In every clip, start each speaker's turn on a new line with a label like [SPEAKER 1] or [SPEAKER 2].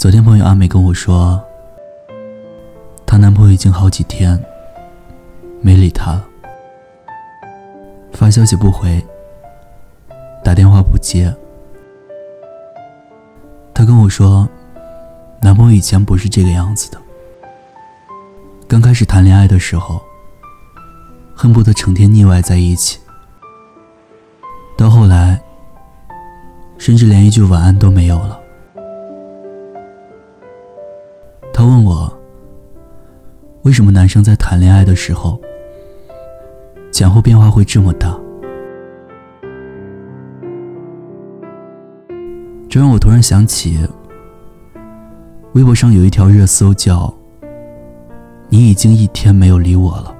[SPEAKER 1] 昨天朋友阿美跟我说，她男朋友已经好几天没理她了，发消息不回，打电话不接。她跟我说，男朋友以前不是这个样子的，刚开始谈恋爱的时候恨不得成天腻歪在一起，到后来甚至连一句晚安都没有了。他问我，为什么男生在谈恋爱的时候前后变化会这么大？这让我突然想起微博上有一条热搜叫你已经一天没有理我了。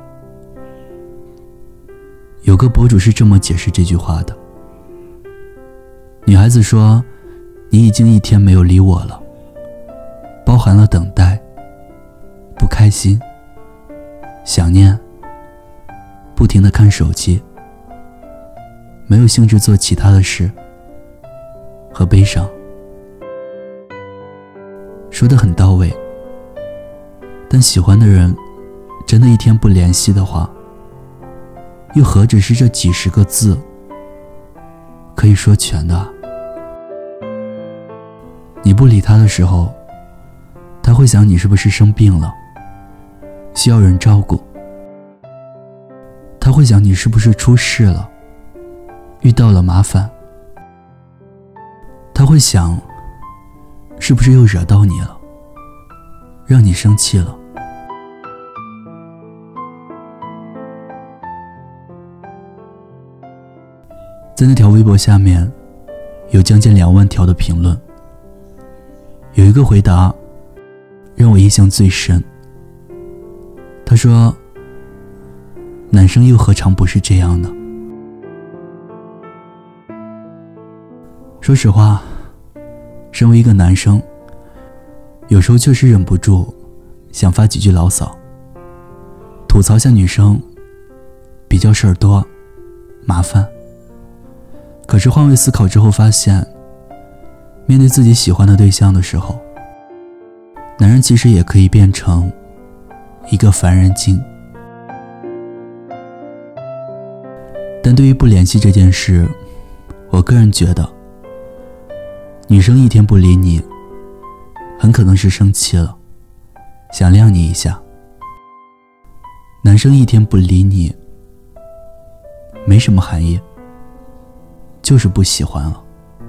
[SPEAKER 1] 有个博主是这么解释这句话的，女孩子说，你已经一天没有理我了，包含了等待、不开心、想念、不停地看手机，没有兴致做其他的事和悲伤。说得很到位，但喜欢的人真的一天不联系的话，又何止是这几十个字可以说全的啊？你不理他的时候，他会想你是不是生病了，需要人照顾。他会想你是不是出事了，遇到了麻烦。他会想是不是又惹到你了，让你生气了。在那条微博下面有将近2万条的评论，有一个回答让我印象最深。他说，男生又何尝不是这样呢？说实话，身为一个男生，有时候确实忍不住想发几句牢骚，吐槽下女生比较事儿多、麻烦。可是换位思考之后发现，面对自己喜欢的对象的时候，男人其实也可以变成一个烦人精。但对于不联系这件事，我个人觉得，女生一天不理你，很可能是生气了，想晾你一下。男生一天不理你，没什么含义，就是不喜欢了。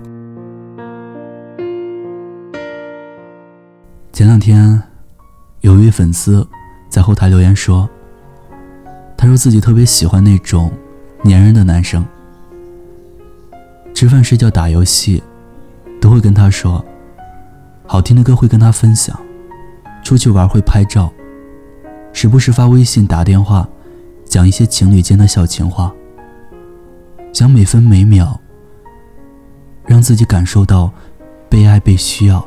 [SPEAKER 1] 前2天有一位粉丝在后台留言说，他说自己特别喜欢那种黏人的男生，吃饭睡觉打游戏都会跟他说，好听的歌会跟他分享，出去玩会拍照，时不时发微信打电话讲一些情侣间的小情话，想每分每秒让自己感受到被爱被需要。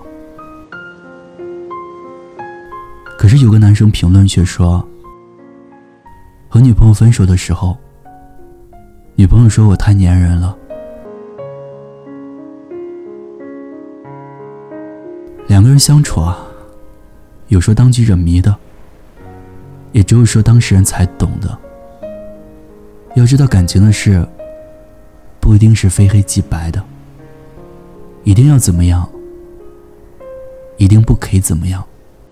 [SPEAKER 1] 可是有个男生评论却说，和女朋友分手的时候，女朋友说我太粘人了。两个人相处啊，有说当局者迷的，也只有说当事人才懂的。要知道感情的事不一定是非黑即白的，一定要怎么样，一定不可以怎么样。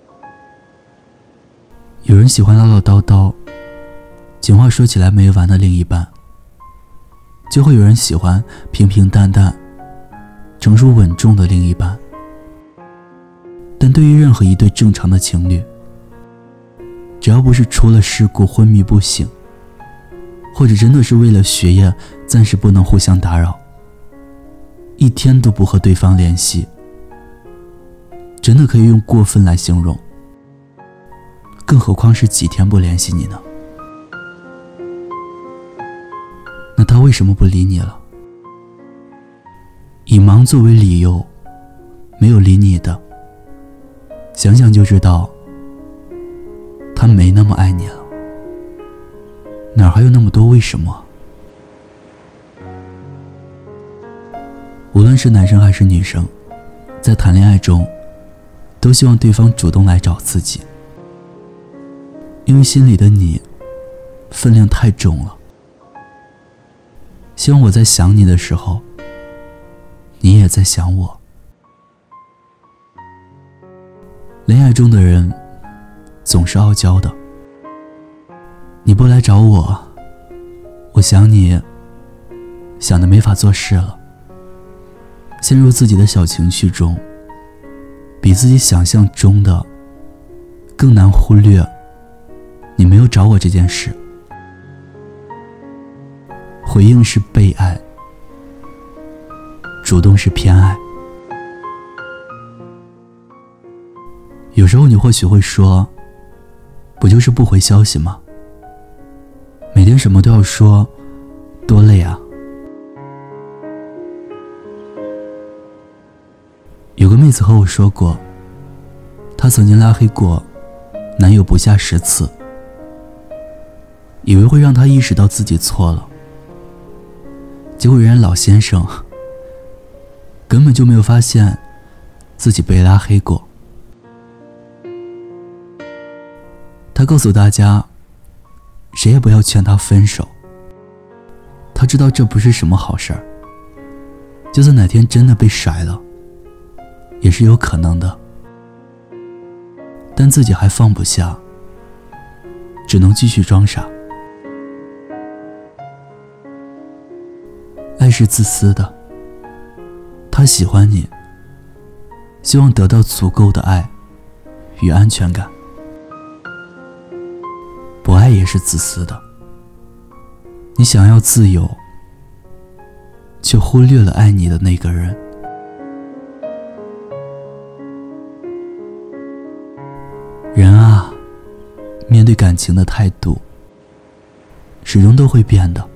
[SPEAKER 1] 有人喜欢唠唠叨叨，情话说起来没完的另一半，就会有人喜欢平平淡淡、成熟稳重的另一半。但对于任何一对正常的情侣，只要不是出了事故昏迷不醒，或者真的是为了学业暂时不能互相打扰，一天都不和对方联系，真的可以用过分来形容，更何况是几天不联系你呢？那他为什么不理你了？以忙作为理由没有理你的，想想就知道他没那么爱你了，哪还有那么多为什么？无论是男生还是女生，在谈恋爱中都希望对方主动来找自己，因为心里的你分量太重了。希望我在想你的时候，你也在想我。恋爱中的人总是傲娇的，你不来找我，我想你想得没法做事了，陷入自己的小情绪中，比自己想象中的更难忽略你没有找我这件事。回应是被爱，主动是偏爱。有时候你或许会说，不就是不回消息吗？每天什么都要说，多累啊。有个妹子和我说过，她曾经拉黑过男友不下10次，以为会让她意识到自己错了，结果人家老先生根本就没有发现自己被拉黑过。他告诉大家，谁也不要劝他分手，他知道这不是什么好事儿，就算哪天真的被甩了也是有可能的，但自己还放不下，只能继续装傻。爱是自私的，他喜欢你，希望得到足够的爱与安全感。不爱也是自私的，你想要自由，却忽略了爱你的那个人。人啊，面对感情的态度始终都会变的。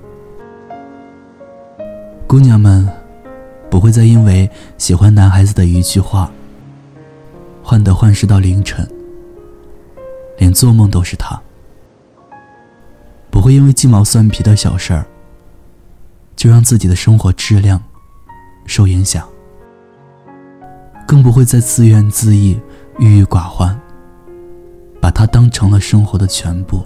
[SPEAKER 1] 姑娘们不会再因为喜欢男孩子的一句话患得患失到凌晨，连做梦都是他。不会因为鸡毛蒜皮的小事儿就让自己的生活质量受影响，更不会再自怨自艾、郁郁寡欢，把它当成了生活的全部。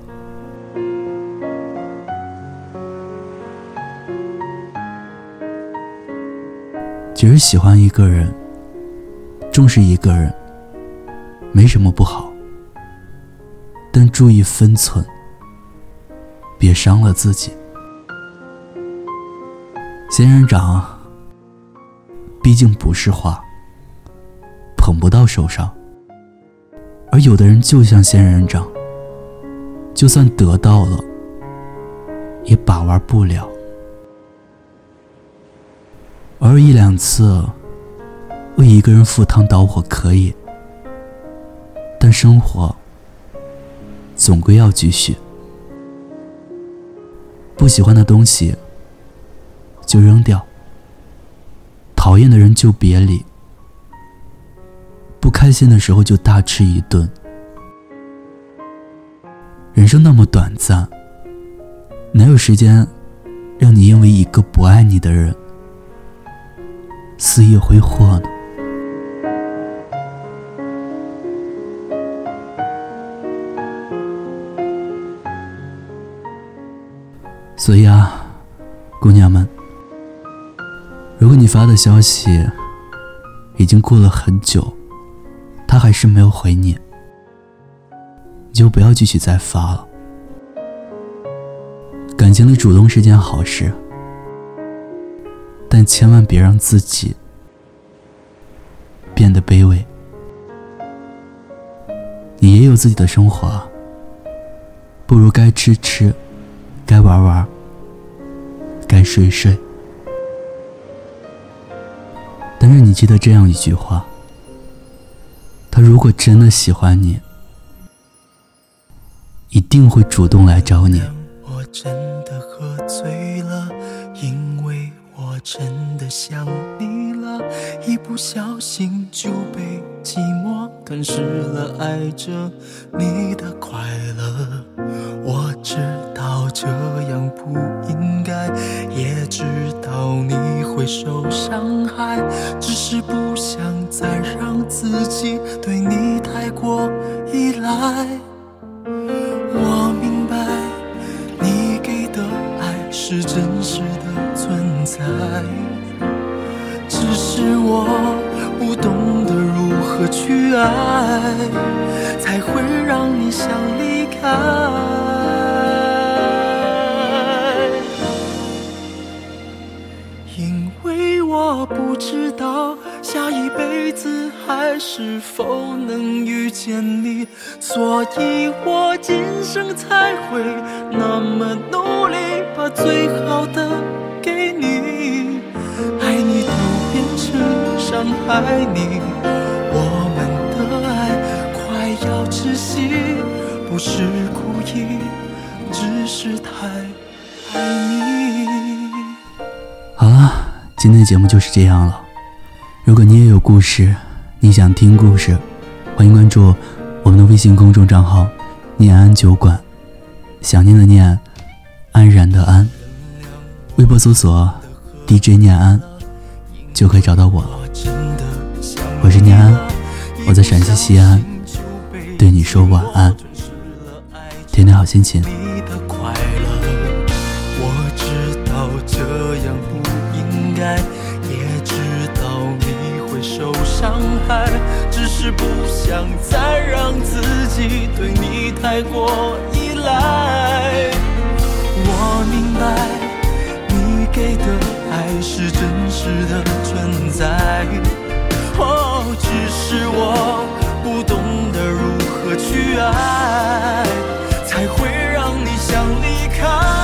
[SPEAKER 1] 其实喜欢一个人，重视一个人，没什么不好，但注意分寸，别伤了自己。仙人掌毕竟不是花，捧不到手上，而有的人就像仙人掌，就算得到了也把玩不了。而一两次为一个人赴汤蹈火可以，但生活总归要继续。不喜欢的东西就扔掉，讨厌的人就别理，不开心的时候就大吃一顿。人生那么短暂，哪有时间让你因为一个不爱你的人肆意挥霍呢？所以啊，姑娘们，如果你发的消息已经过了很久，他还是没有回你，你就不要继续再发了。感情里主动是件好事，但千万别让自己变得卑微。你也有自己的生活啊，不如该吃吃，该玩玩，该睡睡。但是你记得这样一句话，他如果真的喜欢你，一定会主动来找你。
[SPEAKER 2] 我真的喝醉了，因为我真的想你了，一不小心就被寂寞吞噬了，爱着你的快乐。我知道这样不应该，也知道你会会受伤害，只是不想再让自己对你太过依赖。我明白你给的爱是真实的存在，只是我不懂得如何去爱，才会让你想离开。因为我不知道下一辈子还是否能遇见你，所以我今生才会那么努力，把最好的给你。爱你都变成伤害你，我们的爱快要窒息，不是故意，只是太爱你。
[SPEAKER 1] 好了，今天的节目就是这样了。如果你也有故事，你想听故事，欢迎关注我们的微信公众账号念安酒馆，想念的念，安然的安，微博搜索 DJ 念安就可以找到我了。我是念安，我在陕西西安对你说晚安，天天好心情。
[SPEAKER 2] 我知道这样不应该，也知道你会受伤害，只是不想再让自己对你太过依赖。我明白你给的爱是真实的存在，只是我不懂得如何去爱，才会让你想离开。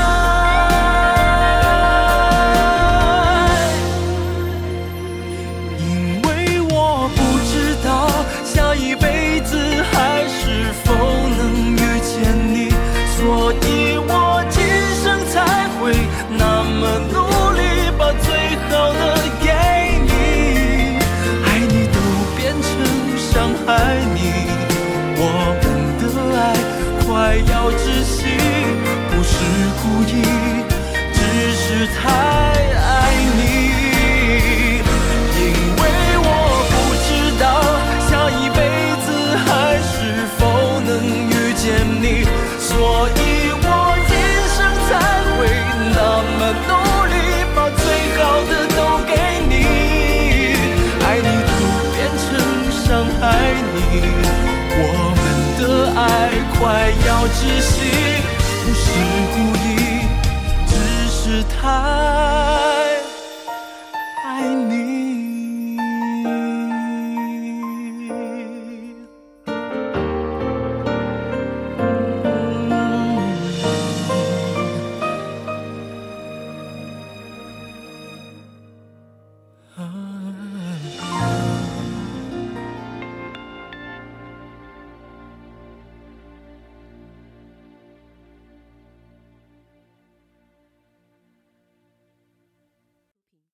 [SPEAKER 2] 因为我不知道下一辈子还是否能遇见你，所以我今生才会那么努力，把最好的给你。爱你都变成伤害你，我们的爱快要窒息，不是故意，只是太爱你。因为我不知道下一辈子还是否能遇见你，所以我今生才会那么努力，把最好的都给你。爱你都变成伤害你，我们的爱快要窒息，不是故